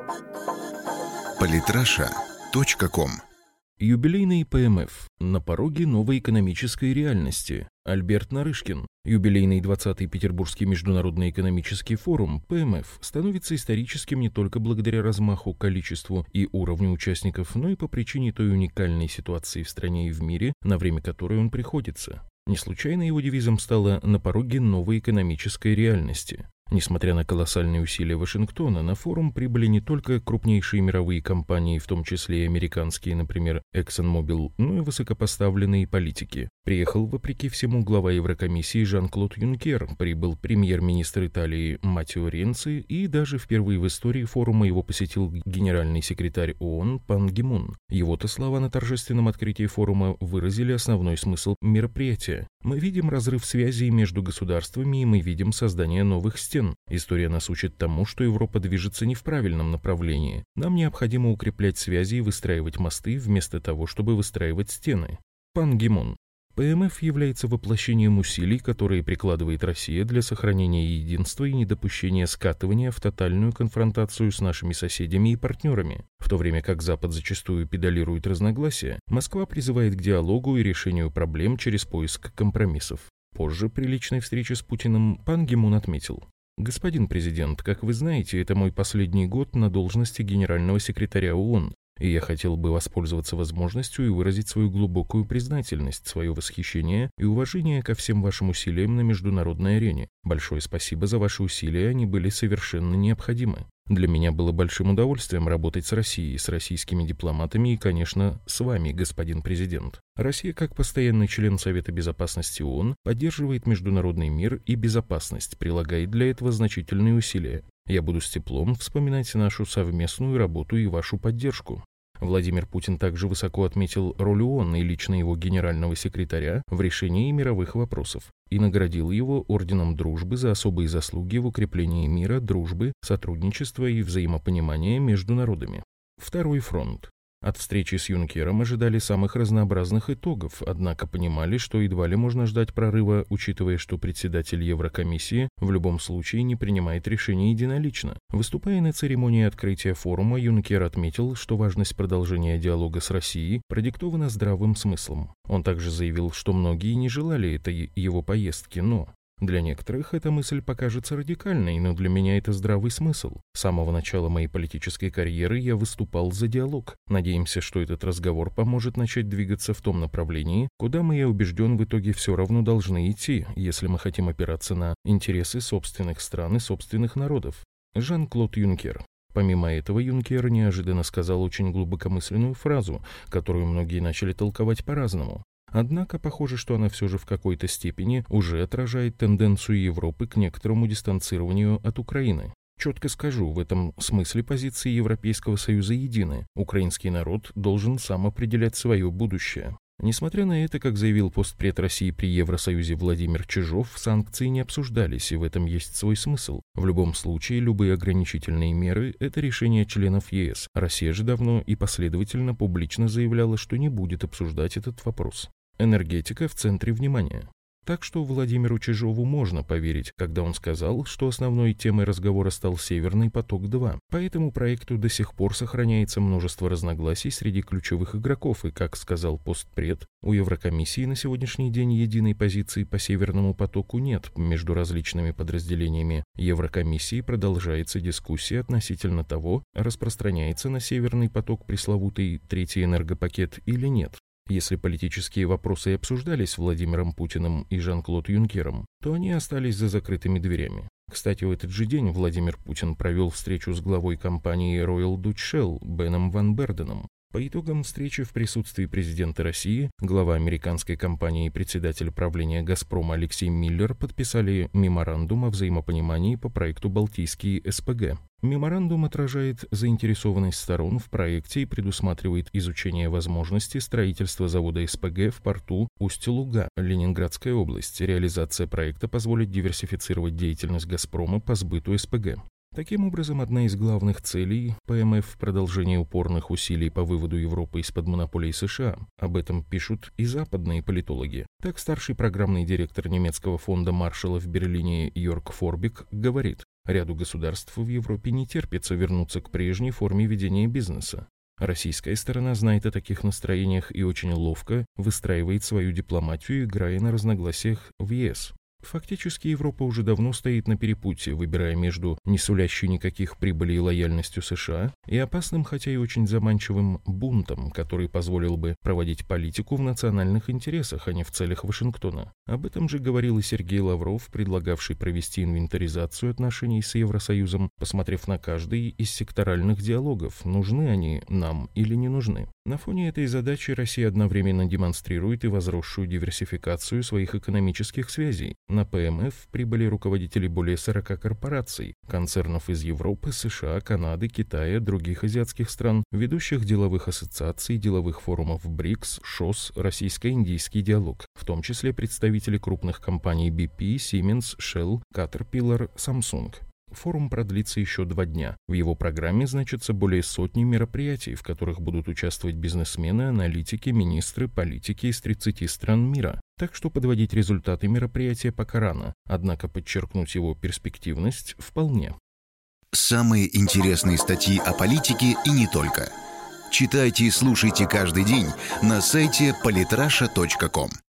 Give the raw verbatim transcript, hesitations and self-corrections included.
политраша точка ком. Юбилейный ПМФ. На пороге новой экономической реальности. Альберт Нарышкин. Юбилейный двадцатый Петербургский международный экономический форум ПМФ становится историческим не только благодаря размаху, количеству и уровню участников, но и по причине той уникальной ситуации в стране и в мире, на время которой он приходится. Не случайно его девизом стало «на пороге новой экономической реальности». Несмотря на колоссальные усилия Вашингтона, на форум прибыли не только крупнейшие мировые компании, в том числе и американские, например, ExxonMobil, но и высокопоставленные политики. Приехал, вопреки всему, глава Еврокомиссии Жан-Клод Юнкер, прибыл премьер-министр Италии Маттео Ренци, и даже впервые в истории форума его посетил генеральный секретарь ООН Пан Ги Мун. Его-то слова на торжественном открытии форума выразили основной смысл мероприятия. Мы видим разрыв связей между государствами, и мы видим создание новых стен. История нас учит тому, что Европа движется не в правильном направлении. Нам необходимо укреплять связи и выстраивать мосты, вместо того, чтобы выстраивать стены. Пан Ги Мун. ПМФ является воплощением усилий, которые прикладывает Россия для сохранения единства и недопущения скатывания в тотальную конфронтацию с нашими соседями и партнерами. В то время как Запад зачастую педалирует разногласия, Москва призывает к диалогу и решению проблем через поиск компромиссов. Позже, при личной встрече с Путиным, Пан Ги Мун отметил: «Господин президент, как вы знаете, это мой последний год на должности генерального секретаря ООН, и я хотел бы воспользоваться возможностью и выразить свою глубокую признательность, свое восхищение и уважение ко всем вашим усилиям на международной арене. Большое спасибо за ваши усилия, они были совершенно необходимы. Для меня было большим удовольствием работать с Россией, с российскими дипломатами и, конечно, с вами, господин президент. Россия, как постоянный член Совета Безопасности ООН, поддерживает международный мир и безопасность, прилагает для этого значительные усилия. Я буду с теплом вспоминать нашу совместную работу и вашу поддержку». Владимир Путин также высоко отметил роль ООН и лично его генерального секретаря в решении мировых вопросов и наградил его орденом дружбы за особые заслуги в укреплении мира, дружбы, сотрудничества и взаимопонимания между народами. Второй фронт. От встречи с Юнкером ожидали самых разнообразных итогов, однако понимали, что едва ли можно ждать прорыва, учитывая, что председатель Еврокомиссии в любом случае не принимает решения единолично. Выступая на церемонии открытия форума, Юнкер отметил, что важность продолжения диалога с Россией продиктована здравым смыслом. Он также заявил, что многие не желали этой его поездки, но... Для некоторых эта мысль покажется радикальной, но для меня это здравый смысл. С самого начала моей политической карьеры я выступал за диалог. Надеемся, что этот разговор поможет начать двигаться в том направлении, куда мы, я убежден, в итоге все равно должны идти, если мы хотим опираться на интересы собственных стран и собственных народов. Жан-Клод Юнкер. Помимо этого, Юнкер неожиданно сказал очень глубокомысленную фразу, которую многие начали толковать по-разному. Однако похоже, что она все же в какой-то степени уже отражает тенденцию Европы к некоторому дистанцированию от Украины. Четко скажу, в этом смысле позиции Европейского Союза едины. Украинский народ должен сам определять свое будущее. Несмотря на это, как заявил постпред России при Евросоюзе Владимир Чижов, санкции не обсуждались, и в этом есть свой смысл. В любом случае, любые ограничительные меры – это решение членов ЕС. Россия же давно и последовательно публично заявляла, что не будет обсуждать этот вопрос. Энергетика в центре внимания. Так что Владимиру Чижову можно поверить, когда он сказал, что основной темой разговора стал «Северный поток-два». По этому проекту до сих пор сохраняется множество разногласий среди ключевых игроков, и, как сказал постпред, у Еврокомиссии на сегодняшний день единой позиции по «Северному потоку» нет. Между различными подразделениями Еврокомиссии продолжается дискуссия относительно того, распространяется на «Северный поток» пресловутый третий энергопакет или нет. Если политические вопросы и обсуждались Владимиром Путиным и Жан-Клод Юнкером, то они остались за закрытыми дверями. Кстати, в этот же день Владимир Путин провел встречу с главой компании Royal Dutch Shell Беном ван Берденом. По итогам встречи в присутствии президента России, глава американской компании и председатель правления «Газпрома» Алексей Миллер подписали меморандум о взаимопонимании по проекту «Балтийский СПГ». Меморандум отражает заинтересованность сторон в проекте и предусматривает изучение возможности строительства завода СПГ в порту Усть-Луга, Ленинградская область. Реализация проекта позволит диверсифицировать деятельность «Газпрома» по сбыту СПГ. Таким образом, одна из главных целей ПМФ – продолжение упорных усилий по выводу Европы из-под монополий США. Об этом пишут и западные политологи. Так, старший программный директор немецкого фонда Маршалла в Берлине Йорк Форбик говорит: Ряду государств в Европе не терпится вернуться к прежней форме ведения бизнеса. Российская сторона знает о таких настроениях и очень ловко выстраивает свою дипломатию, играя на разногласиях в ЕС. Фактически Европа уже давно стоит на перепутье, выбирая между не сулящей никаких прибыли и лояльностью США и опасным, хотя и очень заманчивым бунтом, который позволил бы проводить политику в национальных интересах, а не в целях Вашингтона. Об этом же говорил и Сергей Лавров, предлагавший провести инвентаризацию отношений с Евросоюзом, посмотрев на каждый из секторальных диалогов, нужны они нам или не нужны. На фоне этой задачи Россия одновременно демонстрирует и возросшую диверсификацию своих экономических связей. На ПМФ прибыли руководители более сорока корпораций, концернов из Европы, США, Канады, Китая, других азиатских стран, ведущих деловых ассоциаций, деловых форумов БРИКС, ШОС, российско-индийский диалог, в том числе представители крупных компаний би пи, Siemens, Shell, Caterpillar, Samsung. Форум продлится еще два дня. В его программе значится более сотни мероприятий, в которых будут участвовать бизнесмены, аналитики, министры, политики из тридцати стран мира. Так что подводить результаты мероприятия пока рано, однако подчеркнуть его перспективность вполне. Самые интересные статьи о политике и не только. Читайте и слушайте каждый день на сайте политраша точка ком.